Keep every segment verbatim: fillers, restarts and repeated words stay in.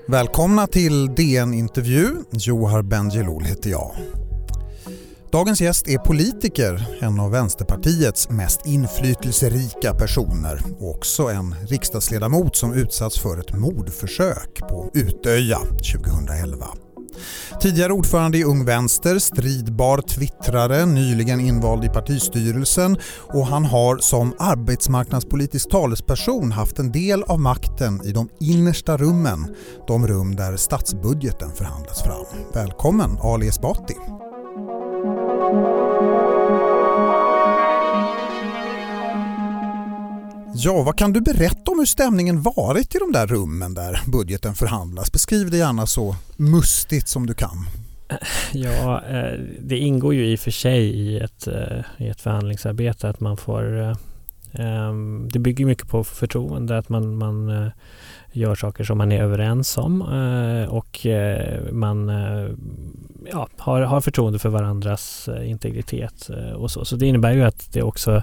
Välkomna till D N-intervju. Johar Bendjelloul heter jag. Dagens gäst är politiker, en av Vänsterpartiets mest inflytelserika personer och också en riksdagsledamot som utsatts för ett mordförsök på Utöja tjugohundraelva. Tidigare ordförande i Ung Vänster, stridbar twittrare, nyligen invald i partistyrelsen, och han har som arbetsmarknadspolitisk talesperson haft en del av makten i de innersta rummen, de rum där statsbudgeten förhandlas fram. Välkommen Ali Esbati. Ja, vad kan du berätta om hur stämningen varit i de där rummen där budgeten förhandlas? Beskriv det gärna så mustigt som du kan. Ja, det ingår ju i och för sig i ett, i ett förhandlingsarbete att man får... Det bygger mycket på förtroende, att man, man gör saker som man är överens om och man ja, har, har förtroende för varandras integritet och så. Så det innebär ju att det också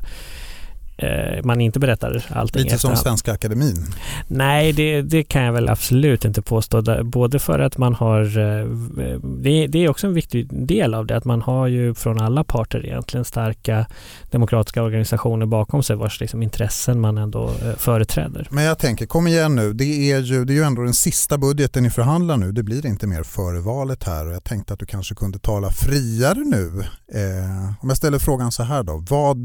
man inte berättar allting. Lite som Svenska Akademin. Nej, det, det kan jag väl absolut inte påstå. Både för att man har... Det, det är också en viktig del av det, att man har ju från alla parter egentligen starka demokratiska organisationer bakom sig vars liksom intressen man ändå företräder. Men jag tänker, kom igen nu. Det är ju, det är ju ändå den sista budgeten ni förhandlar nu. Det blir inte mer före valet här, och jag tänkte att du kanske kunde tala friare nu. Eh, om jag ställer frågan så här då. Vad...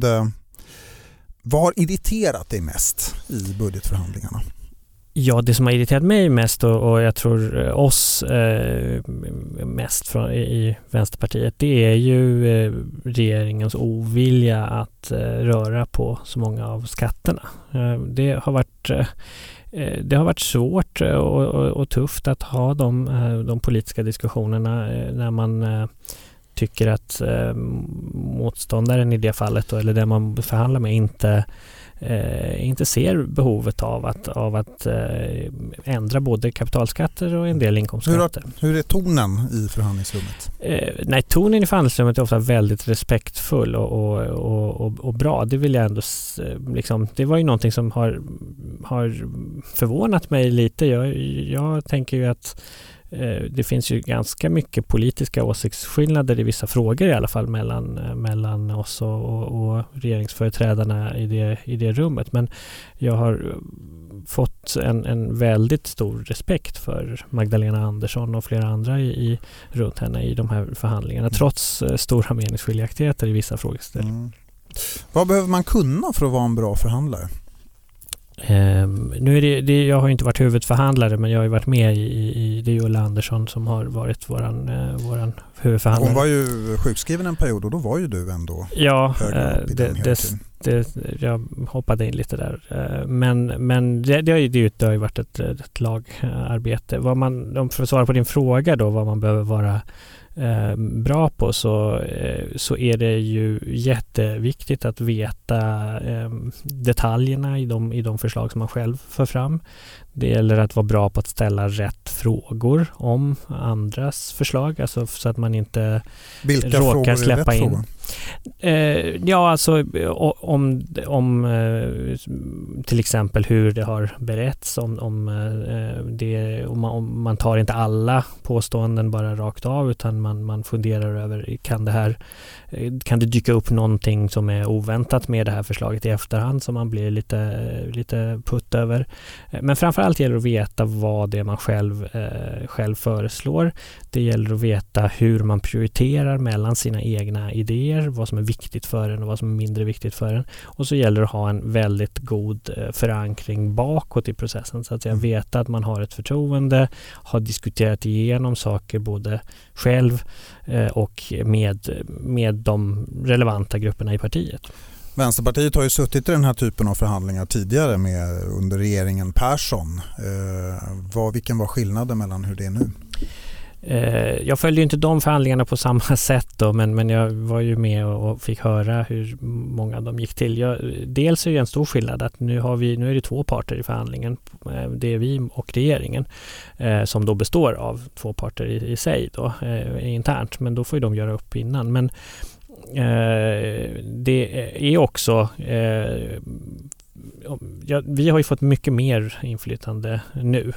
Vad har irriterat dig mest i budgetförhandlingarna? Ja, det som har irriterat mig mest och, och jag tror oss eh, mest från, i Vänsterpartiet, det är ju eh, regeringens ovilja att eh, röra på så många av skatterna. Eh, det har varit... Eh, Det har varit svårt och, och, och tufft att ha de, de politiska diskussionerna när man tycker att eh, motståndaren i det fallet då, eller den man förhandlar med inte, eh, inte ser behovet av att, av att eh, ändra både kapitalskatter och en del inkomstskatter. Hur, hur är tonen i förhandlingsrummet? Eh, nej, tonen i förhandlingsrummet är ofta väldigt respektfull och, och, och, och, och bra. Det vill jag ändå liksom, det var ju någonting som har, har förvånat mig lite. Jag, jag tänker ju att det finns ju ganska mycket politiska åsiktsskillnader i vissa frågor i alla fall mellan, mellan oss och, och, och regeringsföreträdarna i det, i det rummet. Men jag har fått en, en väldigt stor respekt för Magdalena Andersson och flera andra i, i, runt henne i de här förhandlingarna, trots stora meningsskiljaktigheter i vissa frågeställningar. Mm. Vad behöver man kunna för att vara en bra förhandlare? Um, nu är det, det, jag har ju inte varit huvudförhandlare, men jag har ju varit med i, i det är Ulla Andersson som har varit våran, uh, våran huvudförhandlare. Hon var ju sjukskriven en period och då var ju du ändå ja, uh, det, det, det, jag hoppade in lite där. Uh, men men det, det, har ju, det har ju varit ett, ett lagarbete. Vad man, om för att svara på din fråga då, vad man behöver vara Eh, bra på, så, eh, så är det ju jätteviktigt att veta eh, detaljerna i de, i de förslag som man själv för fram. Det gäller att vara bra på att ställa rätt frågor om andras förslag, alltså så att man inte Vilka råkar släppa in. Frågor? Eh, ja, alltså om, om eh, till exempel hur det har berätts, om, om, eh, det, om, man, om man tar inte alla påståenden bara rakt av, utan man, man funderar över, kan det här kan det dyka upp någonting som är oväntat med det här förslaget i efterhand som man blir lite, lite putt över. Men framförallt gäller det att veta vad det är man själv, eh, själv föreslår. Det gäller att veta hur man prioriterar mellan sina egna idéer, vad som är viktigt för en och vad som är mindre viktigt för en. Och så gäller det att ha en väldigt god eh, förankring bakåt i processen, så att jag vet att man har ett förtroende, har diskuterat igenom saker både själv eh, och med, med de relevanta grupperna i partiet. Vänsterpartiet har ju suttit i den här typen av förhandlingar tidigare med under regeringen Persson. Eh, vad, vilken var skillnaden mellan hur det är nu? Eh, jag följde ju inte de förhandlingarna på samma sätt då, men, men jag var ju med och, och fick höra hur många de gick till. Jag, dels är det en stor skillnad att nu, har vi, nu är det två parter i förhandlingen. Eh, det är vi och regeringen eh, som då består av två parter i, i sig då, eh, internt, men då får ju de göra upp innan. Men Eh, det är också eh, ja, vi har ju fått mycket mer inflytande nu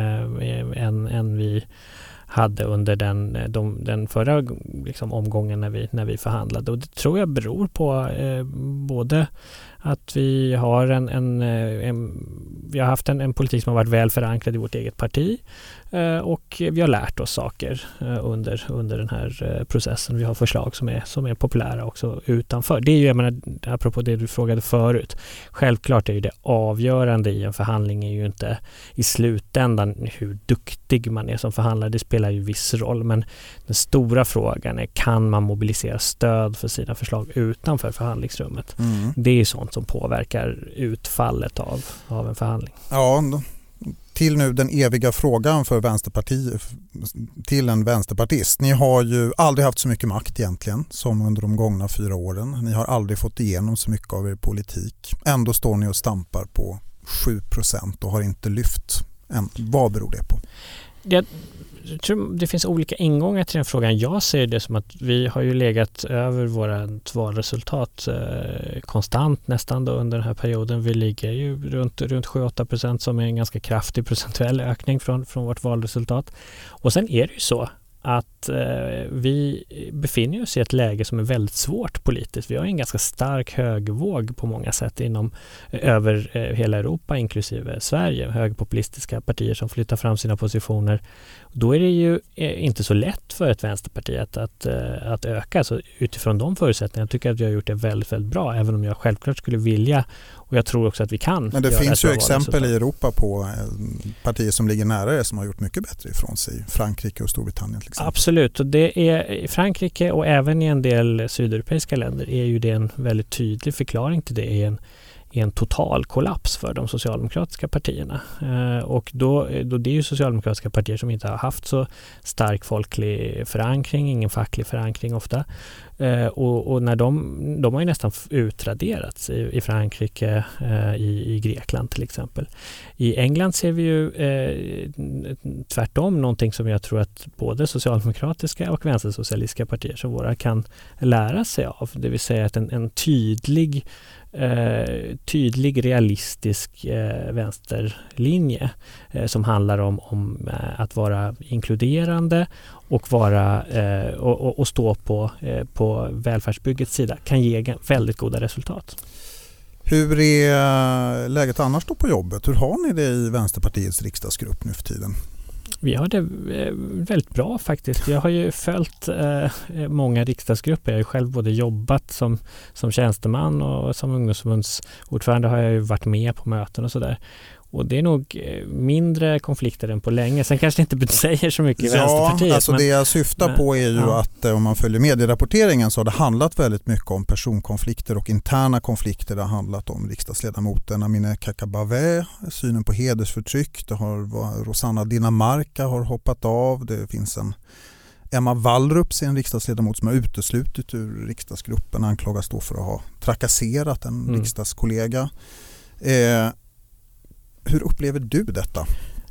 eh, än, än vi hade under den, de, den förra liksom, omgången när vi, när vi förhandlade. Och det tror jag beror på eh, både att vi har en, en, en vi har haft en, en politik som har varit väl förankrad i vårt eget parti eh, och vi har lärt oss saker eh, under, under den här eh, processen. Vi har förslag som är, som är populära också utanför. Det är ju, jag menar, apropå det du frågade förut, självklart är ju det avgörande i en förhandling är ju inte i slutändan hur duktig man är som förhandlare. Det spelar ju viss roll, men den stora frågan är, kan man mobilisera stöd för sina förslag utanför förhandlingsrummet? Mm. Det är sånt som påverkar utfallet av, av en förhandling. Ja, till nu den eviga frågan för Vänsterpartiet, till en vänsterpartist. Ni har ju aldrig haft så mycket makt egentligen som under de gångna fyra åren. Ni har aldrig fått igenom så mycket av er politik. Ändå står ni och stampar på sju procent och har inte lyft än. Vad beror det på? Det Jag tror det finns olika ingångar till den frågan. Jag ser det som att vi har ju legat över våra valresultat eh, konstant nästan då under den här perioden. Vi ligger ju runt, runt sju till åtta procent som är en ganska kraftig procentuell ökning från, från vårt valresultat. Och sen är det ju så att eh, vi befinner oss i ett läge som är väldigt svårt politiskt. Vi har en ganska stark högvåg på många sätt inom över eh, hela Europa inklusive Sverige. Högpopulistiska partier som flyttar fram sina positioner. Då är det ju eh, inte så lätt för ett vänsterparti att, att, eh, att öka. Så utifrån de förutsättningarna tycker jag att vi har gjort det väldigt, väldigt bra. Även om jag självklart skulle vilja, och jag tror också att vi kan. Men det finns ju exempel i Europa på partier som ligger nära det som har gjort mycket bättre ifrån sig. Frankrike och Storbritannien till exempel. Absolut, och det är i Frankrike och även i en del sydeuropeiska länder är ju det en väldigt tydlig förklaring till det. Är en, är en total kollaps för de socialdemokratiska partierna. Eh, och då, då det är ju socialdemokratiska partier som inte har haft så stark folklig förankring, ingen facklig förankring ofta. Eh, och, och när de, de har ju nästan utraderats i, i Frankrike, eh, i, i Grekland till exempel. I England ser vi ju eh, tvärtom någonting som jag tror att både socialdemokratiska och vänstersocialistiska partier som våra kan lära sig av. Det vill säga att en, en tydlig Eh, tydlig, realistisk eh, vänsterlinje eh, som handlar om, om eh, att vara inkluderande och, vara, eh, och, och, och stå på, eh, på välfärdsbyggets sida kan ge väldigt goda resultat. Hur är läget annars då på jobbet? Hur har ni det i Vänsterpartiets riksdagsgrupp nu för tiden? Vi har det väldigt bra faktiskt. Jag har ju följt eh, många riksdagsgrupper. Jag har ju själv både jobbat som, som tjänsteman och som ungdomsförbundsordförande har jag ju varit med på möten och sådär. Och det är nog mindre konflikter än på länge. Sen kanske det inte säger så mycket i ja, Vänsterpartiet. Alltså men, det jag syftar men, på är ju ja. att om man följer medierapporteringen så har det handlat väldigt mycket om personkonflikter och interna konflikter. Det har handlat om riksdagsledamoten Amineh Kakabaveh, synen på hedersförtryck. Det har Rosanna Dinamarca har hoppat av. Det finns en Emma Wallrup, en riksdagsledamot som har uteslutit ur riksdagsgruppen, anklagas då för att ha trakasserat en mm. riksdagskollega. Eh, Hur upplever du detta?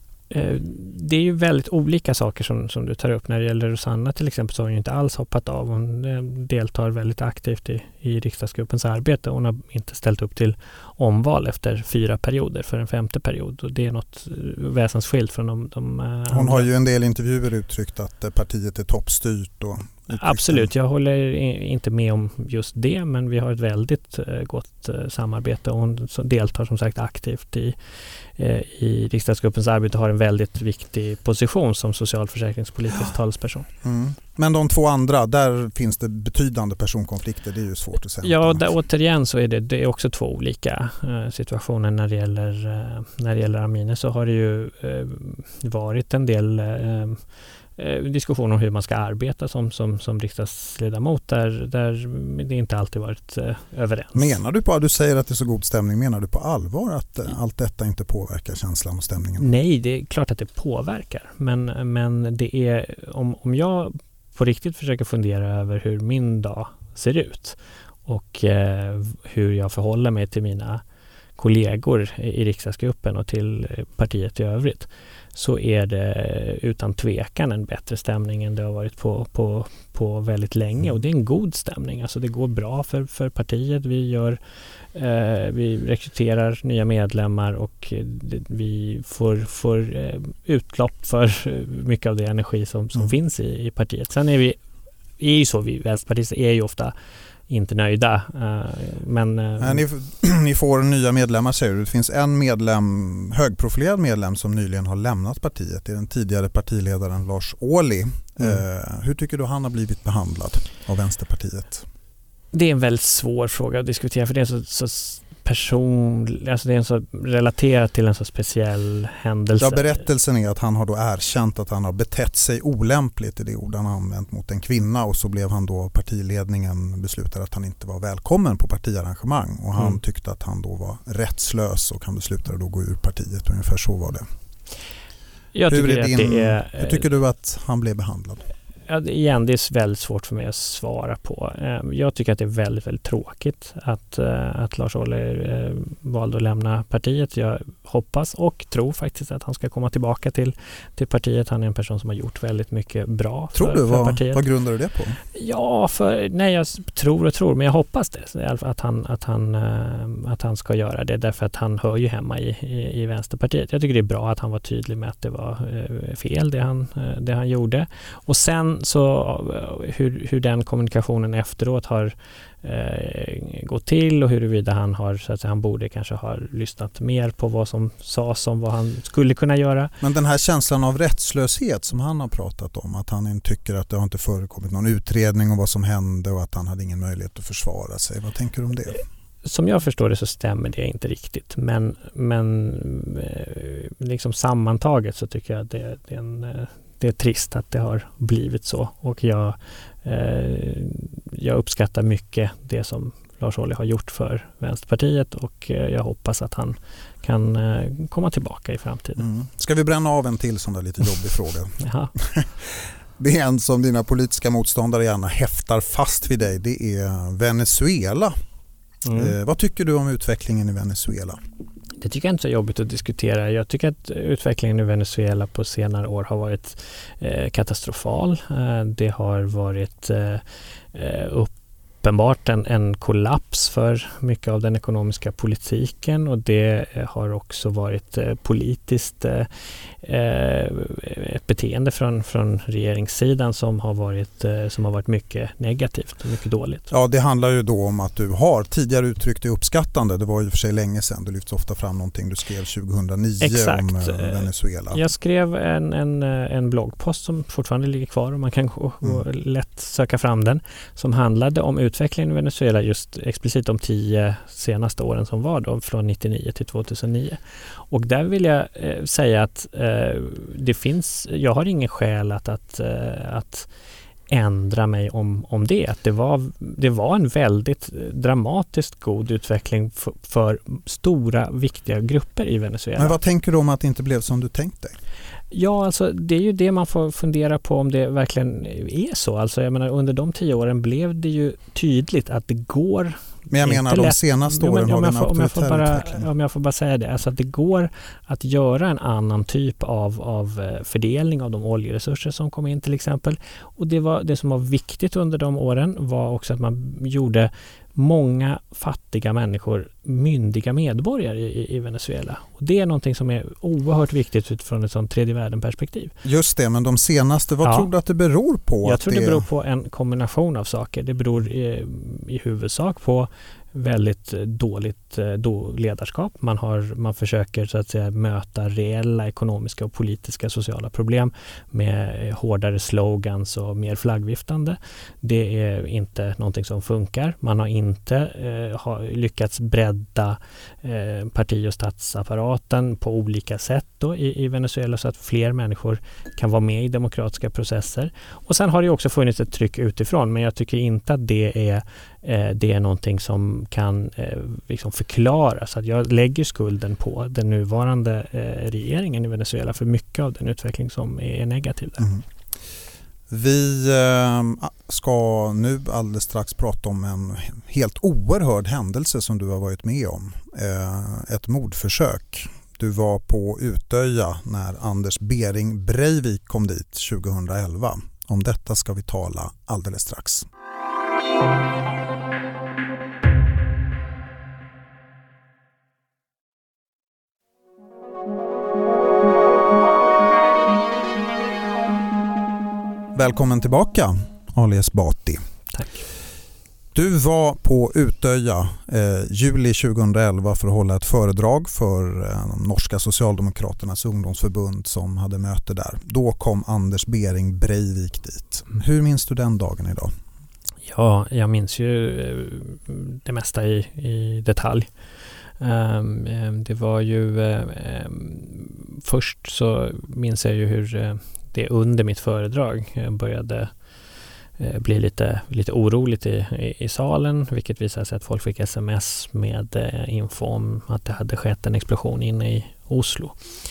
Det är ju väldigt olika saker som, som du tar upp. När det gäller Rosanna till exempel så har hon inte alls hoppat av. Hon deltar väldigt aktivt i, i riksdagsgruppens arbete. Hon har inte ställt upp till omval efter fyra perioder för en femte period. Och det är något väsensskilt från de, de Hon andra. har ju en del intervjuer uttryckt att partiet är toppstyrt och absolut, jag håller inte med om just det, men vi har ett väldigt gott samarbete och hon deltar som sagt aktivt i, i riksdagsgruppens arbete och har en väldigt viktig position som socialförsäkringspolitisk talesperson. Mm. Men de två andra, där finns det betydande personkonflikter, det är ju svårt att säga. Ja, där, återigen så är det, det är också två olika uh, situationer när det gäller, uh, när det gäller Amineh, så har det ju uh, varit en del uh, diskussion om hur man ska arbeta som, som, som riksdagsledamot där, där det inte alltid varit eh, överens. Menar du på att du säger att det är så god stämning, menar du på allvar att eh, allt detta inte påverkar känslan och stämningen? Nej, det är klart att det påverkar, men, men det är om, om jag på riktigt försöker fundera över hur min dag ser ut och eh, hur jag förhåller mig till mina kollegor i riksdagsgruppen och till partiet i övrigt, så är det utan tvekan en bättre stämning än det har varit på, på, på väldigt länge. Och det är en god stämning. Alltså det går bra för, för partiet. Vi, gör, eh, vi rekryterar nya medlemmar och det, vi får, får eh, utlopp för mycket av det energi som, som mm. finns i, i partiet. Sen är vi, är ju så, vi vänsterpartister är ju ofta inte nöjda. Men, Nej, ni, ni får nya medlemmar, säger du. Det finns en medlem, högprofilerad medlem som nyligen har lämnat partiet. Det är den tidigare partiledaren Lars Ohly. Mm. Eh, hur tycker du han har blivit behandlad av Vänsterpartiet? Det är en väldigt svår fråga att diskutera, för det är så, så person, alltså det är en så relaterat till en så speciell händelse. Ja, berättelsen är att han har då erkänt att han har betett sig olämpligt, i det ord han har använt mot en kvinna, och så blev han då, partiledningen beslutade att han inte var välkommen på partiarrangemang, och han mm. tyckte att han då var rättslös och han beslutade då gå ur partiet. Ungefär så var det. Jag hur, tycker är din, att det är, hur tycker du att han blev behandlad? Ja, igen, det är väldigt svårt för mig att svara på. Jag tycker att det är väldigt, väldigt tråkigt att, att Lars Ohly valde att lämna partiet. Jag hoppas och tror faktiskt att han ska komma tillbaka till, till partiet. Han är en person som har gjort väldigt mycket bra tror för, du, för vad, partiet. Vad grundar du det på? Ja, för, nej, jag tror och tror, men jag hoppas det. Att han, att han, att han ska göra det, därför att han hör ju hemma i, i, i Vänsterpartiet. Jag tycker det är bra att han var tydlig med att det var fel det han, det han gjorde. Och sen så hur, hur den kommunikationen efteråt har eh, gått till, och huruvida han har, så att säga, han borde kanske ha lyssnat mer på vad som sades om vad han skulle kunna göra. Men den här känslan av rättslöshet som han har pratat om, att han tycker att det har inte förekommit någon utredning om vad som hände och att han hade ingen möjlighet att försvara sig. Vad tänker du om det? Som jag förstår det så stämmer det inte riktigt, men, men liksom sammantaget så tycker jag att det, det är en det är trist att det har blivit så, och jag, eh, jag uppskattar mycket det som Lars Ohly har gjort för Vänsterpartiet, och eh, jag hoppas att han kan eh, komma tillbaka i framtiden. Mm. Ska vi bränna av en till sån där lite jobbig fråga? Ja. Det är en som dina politiska motståndare gärna häftar fast vid dig. Det är Venezuela. Mm. Eh, vad tycker du om utvecklingen i Venezuela? Det tycker jag inte är så jobbigt att diskutera. Jag tycker att utvecklingen i Venezuela på senare år har varit eh, katastrofal. Eh, det har varit eh, uppenbart en, en kollaps för mycket av den ekonomiska politiken, och det har också varit eh, politiskt eh, ett beteende från, från regeringssidan som har varit eh, som har varit mycket negativt och mycket dåligt. Ja, det handlar ju då om att du har tidigare uttryckt det uppskattande. Det var ju för sig länge sedan. Du lyfts ofta fram någonting du skrev tjugohundranio. Exakt. Om eh, Venezuela. Jag skrev en, en, en bloggpost som fortfarande ligger kvar, och man kan gå, mm. gå lätt söka fram den, som handlade om utvecklingen i Venezuela, just explicit de tio senaste åren som var då, från nittionio till tvåtusen-nio. Och där vill jag eh, säga att eh, det finns, jag har ingen skäl att, att, eh, att ändra mig om, om det. Att det, var, det var en väldigt dramatiskt god utveckling för, för stora, viktiga grupper i Venezuela. Men vad tänker du om att det inte blev som du tänkte? Ja, alltså det är ju det man får fundera på, om det verkligen är så. Alltså jag menar, under de tio åren blev det ju tydligt att det går. Men jag menar, de senaste jo, åren men, har vi en om jag, får bara, utveckling. om jag får bara säga det, alltså att det går att göra en annan typ av, av fördelning av de oljeresurser som kom in till exempel. Och det, var, det som var viktigt under de åren var också att man gjorde många fattiga människor myndiga medborgare i, i Venezuela. Och det är någonting som är oerhört viktigt utifrån ett sånt tredje världen-perspektiv. Just det, men de senaste, vad ja. tror du att det beror på? Jag att tror det beror på en kombination av saker. Det beror i, i huvudsak på väldigt dåligt då ledarskap. Man, har, man försöker så att säga möta reella ekonomiska och politiska sociala problem med hårdare slogans och mer flaggviftande. Det är inte någonting som funkar. Man har inte eh, har lyckats bredda eh, parti- och statsapparaten på olika sätt då i, i Venezuela, så att fler människor kan vara med i demokratiska processer. Och sen har det också funnits ett tryck utifrån, men jag tycker inte att det är det är någonting som kan eh, liksom förklaras. Att jag lägger skulden på den nuvarande eh, regeringen i Venezuela för mycket av den utveckling som är negativ där. Mm. Vi ska nu alldeles strax prata om en helt oerhörd händelse som du har varit med om. Ett mordförsök. Du var på Utöja när Anders Behring Breivik kom dit tjugohundraelva. Om detta ska vi tala alldeles strax. Välkommen tillbaka, Ali Esbati. Tack. Du var på Utöja eh, juli tjugohundraelva för att hålla ett föredrag för eh, de norska socialdemokraternas ungdomsförbund som hade möte där. Då kom Anders Behring Breivik dit. Hur minns du den dagen idag? Ja, jag minns ju det mesta i, i detalj. Um, det var ju um, först så minns jag ju hur uh, det under mitt föredrag började uh, bli lite, lite oroligt i, i, i salen, vilket visade sig att folk fick sms med uh, info om att det hade skett en explosion inne i Oslo.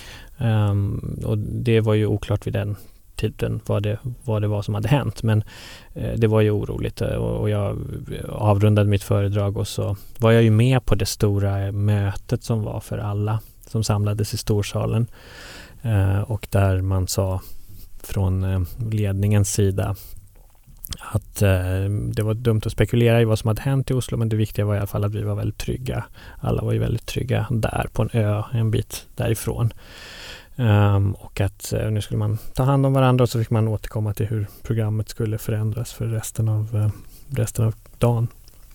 Um, och det var ju oklart vid den tiden vad det, vad det var som hade hänt, men eh, det var ju oroligt och, och jag avrundade mitt föredrag och så var jag ju med på det stora mötet som var för alla som samlades i storsalen eh, och där man sa från eh, ledningens sida att eh, det var dumt att spekulera i vad som hade hänt i Oslo, men det viktiga var i alla fall att vi var väldigt trygga. Alla var ju väldigt trygga där på en ö en bit därifrån. Um, och att uh, nu skulle man ta hand om varandra och så fick man återkomma till hur programmet skulle förändras för resten av, uh, resten av dagen.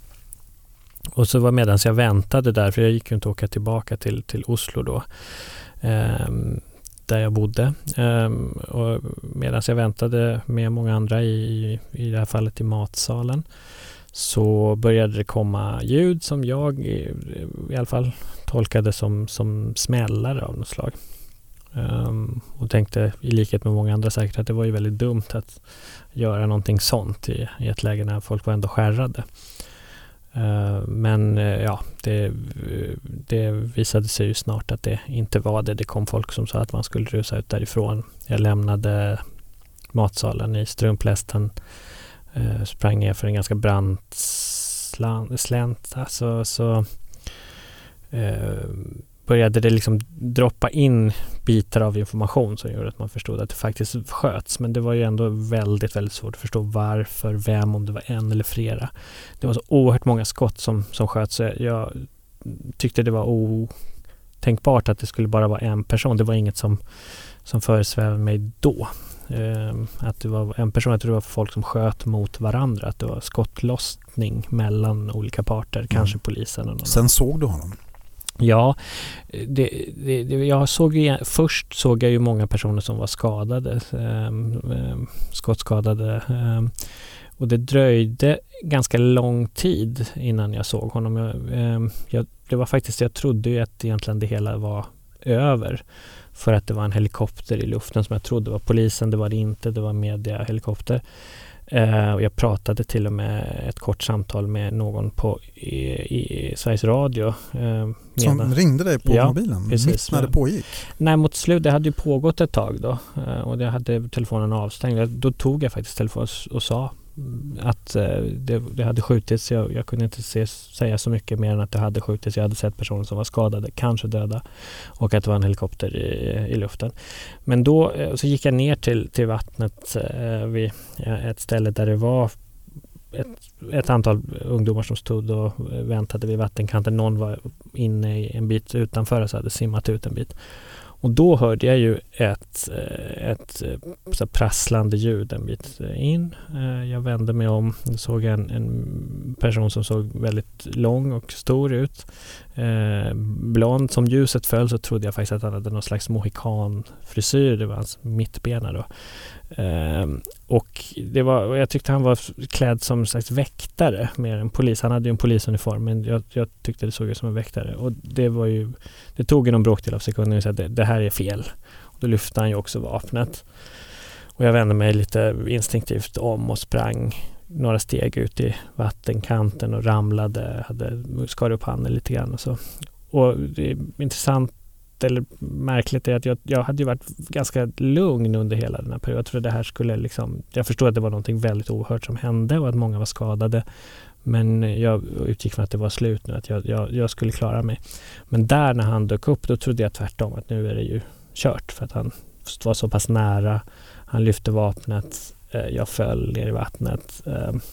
Och så var medan jag väntade där, för jag gick ju inte åka tillbaka till, till Oslo då, um, där jag bodde. Um, och medan jag väntade med många andra i, i det här fallet i matsalen så började det komma ljud som jag i, i alla fall tolkade som, som smällare av något slag. Um, och tänkte i likhet med många andra säkert att det var ju väldigt dumt att göra någonting sånt i, i ett läge när folk var ändå skärrade. Uh, men uh, ja, det, det visade sig ju snart att det inte var det. Det kom folk som sa att man skulle rusa ut därifrån. Jag lämnade matsalen i strumplästen, uh, sprang ner för en ganska brant slant, slänt. Alltså, så uh, började det liksom droppa in bitar av information som gjorde att man förstod att det faktiskt sköts. Men det var ju ändå väldigt, väldigt svårt att förstå varför, vem, om det var en eller flera. Det var så oerhört många skott som, som sköts. Så jag tyckte det var otänkbart att det skulle bara vara en person. Det var inget som, som föresvävade mig då. Um, att det var en person, att det var folk som sköt mot varandra. Att det var skottlossning mellan olika parter, mm. kanske polisen. Och någon Sen annan. Såg du honom? Ja, det, det, det, jag såg ju, först såg jag ju många personer som var skadade, eh, skottskadade, eh, och det dröjde ganska lång tid innan jag såg honom. Jag, eh, jag, det var faktiskt, jag trodde ju att egentligen det hela var över för att det var en helikopter i luften som jag trodde var polisen. Det var det inte, det var mediahelikopter. Uh, och jag pratade till och med ett kort samtal med någon på i, i Sveriges Radio. Uh, Som ringde dig på ja, mobilen precis, mitt när det pågick? Nej, mot slut. Det hade ju pågått ett tag då. Uh, och det hade telefonen avstängd. Då tog jag faktiskt telefonen och sa att uh, det, det hade skjutits. Jag, jag kunde inte se, säga så mycket mer än att det hade skjutits. Jag hade sett personer som var skadade, kanske döda, och att det var en helikopter i, i luften. Men då uh, så gick jag ner till, till vattnet uh, vid uh, ett ställe där det var ett, ett antal ungdomar som stod och väntade vid vattenkanten. Någon var inne i en bit utanför och så hade simmat ut en bit. Och då hörde jag ju ett, ett, ett så prasslande ljud en bit in. Jag vände mig om och såg en, en person som såg väldigt lång och stor ut. Eh, blond. Som ljuset föll så trodde jag faktiskt att han hade någon slags mohikanfrisyr. Det var hans mittbena då. Eh, och det var, jag tyckte han var klädd som en slags väktare mer än polis. Han hade ju en polisuniform, men jag, jag tyckte det såg ut som en väktare. Och det var ju, det tog en bråkdel av sekunden och sa att det, det här är fel. Och då lyfte han ju också vapnet. Och jag vände mig lite instinktivt om och sprang några steg ut i vattenkanten och ramlade, hade skar upp handen lite grann och så. Och det är intressant konstigt eller märkligt är att jag, jag hade ju varit ganska lugn under hela den här perioden. Jag trodde det här skulle liksom, jag förstod att det var någonting väldigt oerhört som hände och att många var skadade. Men jag utgick från att det var slut nu, att jag, jag, jag skulle klara mig. Men där när han dök upp, då trodde jag tvärtom att nu är det ju kört, för att han var så pass nära. Han lyfte vapnet, jag föll ner i vattnet.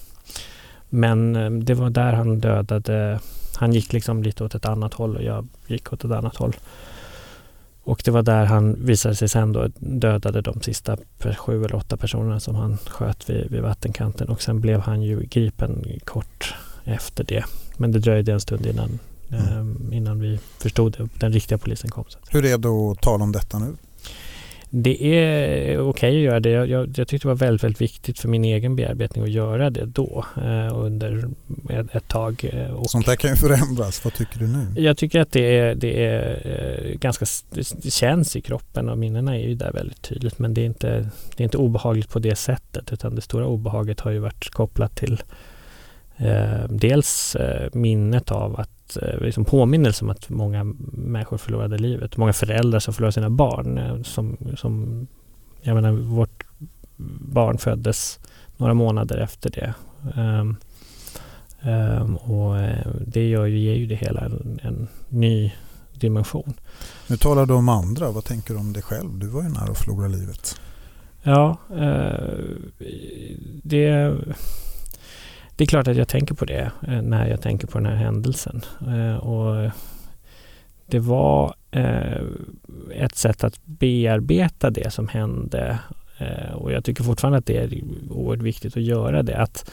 Men det var där han dödade. Han gick liksom lite åt ett annat håll och jag gick åt ett annat håll. Och det var där han visade sig sen då dödade de sista sju eller åtta personerna som han sköt vid, vid vattenkanten. Och sen blev han ju gripen kort efter det. Men det dröjde en stund innan, mm. eh, innan vi förstod det. Den riktiga polisen kom. Hur är det att tala om detta nu? Det är okej okay att göra det. Jag, jag, jag tyckte det var väldigt, väldigt viktigt för min egen bearbetning att göra det då eh, under ett, ett tag. Och sånt där kan ju förändras. Vad tycker du nu? Jag tycker att det är, det är eh, ganska, det känns i kroppen och minnena är ju där väldigt tydligt. Men det är inte, det är inte obehagligt på det sättet, utan det stora obehaget har ju varit kopplat till eh, dels eh, minnet av att liksom påminnelse om att många människor förlorade livet. Många föräldrar som förlorade sina barn. Som, som, jag menar, vårt barn föddes några månader efter det. Um, um, och det gör ju, ger ju det hela en, en ny dimension. Nu talar du om andra. Vad tänker du om dig själv? Du var ju nära att förlora livet. Ja, uh, det... Det är klart att jag tänker på det när jag tänker på den här händelsen. Och det var ett sätt att bearbeta det som hände. Och jag tycker fortfarande att det är oerhört viktigt att göra det. Att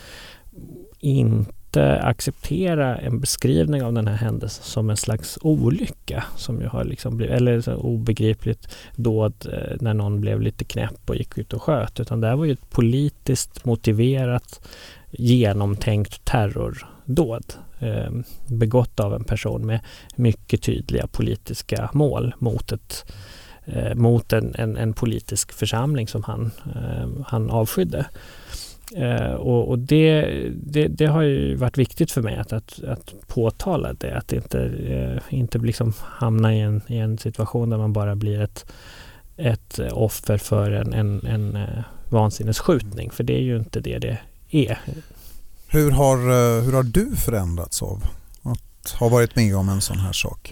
inte acceptera en beskrivning av den här händelsen som en slags olycka. Som ju har liksom blivit, eller så obegripligt dåd när någon blev lite knäpp och gick ut och sköt. Utan det här var ju ett politiskt motiverat, genomtänkt terrordåd eh, begått av en person med mycket tydliga politiska mål mot, ett, eh, mot en, en, en politisk församling som han, eh, han avskydde. Eh, och och det, det, det har ju varit viktigt för mig att, att, att påtala det, att inte, eh, inte liksom hamna i en, i en situation där man bara blir ett, ett offer för en, en, en eh, vansinnesskjutning, för det är ju inte det det är. Hur har, hur har du förändrats av att ha varit med om en sån här sak?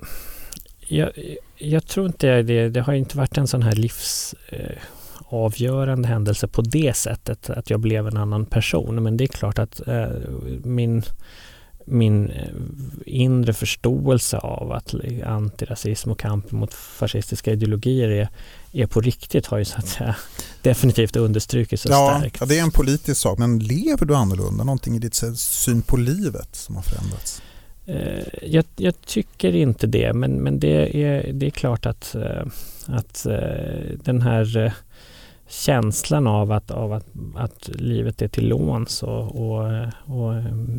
Jag, jag tror inte det. Det har inte varit en sån här livsavgörande eh, händelse på det sättet att jag blev en annan person. Men det är klart att eh, min, min inre förståelse av att antirasism och kamp mot fascistiska ideologier är, är på riktigt har ju så att säga definitivt understrukits och ja, stärkt. Ja, det är en politisk sak. Men lever du annorlunda? Någonting i ditt syn på livet som har förändrats? Jag, jag tycker inte det, men, men det, är, det är klart att, att den här känslan av att, av att, att livet är till låns och, och, och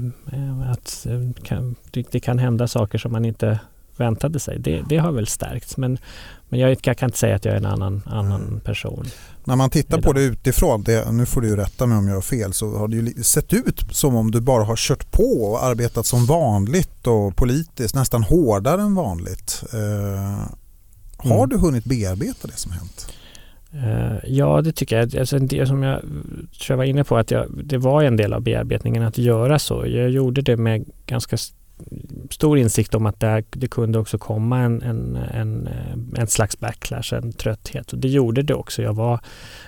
att kan, det kan hända saker som man inte väntade sig. Det, det har väl stärkts, men, men jag, jag kan inte säga att jag är en annan, annan person. När man tittar idag på det utifrån, det, nu får du ju rätta mig om jag har fel, så har det ju sett ut som om du bara har kört på och arbetat som vanligt och politiskt, nästan hårdare än vanligt. Eh, har mm. du hunnit bearbeta det som hänt? Uh, ja, det tycker jag. Alltså, det som jag tror jag var inne på, att jag, det var en del av bearbetningen att göra så. Jag gjorde det med ganska stor insikt om att det, det kunde också komma en, en, en, en slags backlash, en trötthet. Och det gjorde det också. Jag var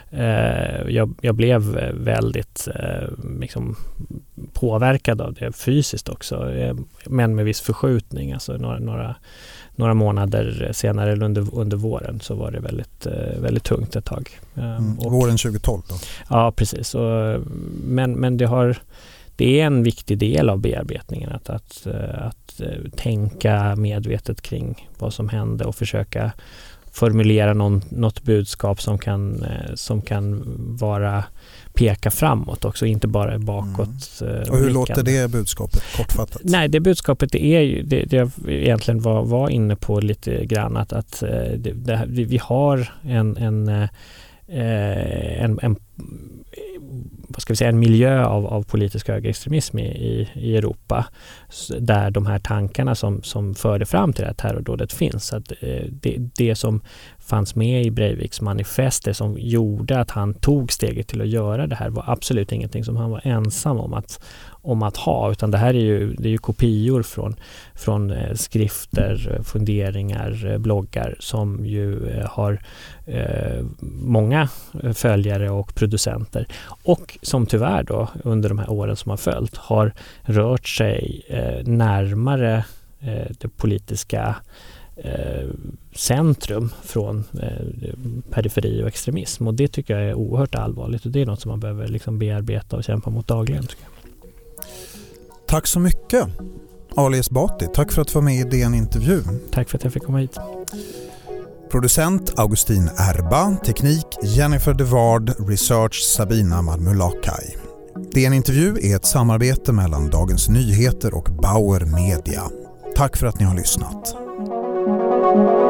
eh, jag, jag blev väldigt eh, liksom påverkad av det fysiskt också, eh, men med viss förskjutning. Alltså några, några, några månader senare eller under, under våren så var det väldigt, eh, väldigt tungt ett tag. Mm, och, våren tjugohundratolv då? Ja, precis. Och, men, men det har Det är en viktig del av bearbetningen att, att, att tänka medvetet kring vad som hände och försöka formulera någon, något budskap som kan, som kan vara peka framåt också, inte bara bakåt. Mm. Och hur låter det budskapet kortfattat? Nej, det budskapet är ju det, det jag egentligen var, var inne på lite grann, att, att det, det, vi har en, en En, en vad ska vi säga, en miljö av, av politisk högerextremism i, i, i Europa där de här tankarna som, som förde fram till det här terrordådet finns. Så att, eh, det, det som fanns med i Breiviks manifest, det som gjorde att han tog steget till att göra det här, var absolut ingenting som han var ensam om att, om att ha, utan det här är ju, det är ju kopior från, från eh, skrifter, funderingar, eh, bloggar som ju eh, har eh, många följare och producenter och som tyvärr då under de här åren som har följt har rört sig eh, närmare eh, det politiska eh, centrum från eh, periferi och extremism, och det tycker jag är oerhört allvarligt, och det är något som man behöver liksom bearbeta och kämpa mot dagligen, tycker jag. Tack så mycket, Ali Esbati. Tack för att du var med i D N-intervju. Tack för att jag fick komma hit. Producent Augustin Erba, teknik Jennifer Devard, research Sabina Marmulakai. D N-intervju är ett samarbete mellan Dagens Nyheter och Bauer Media. Tack för att ni har lyssnat.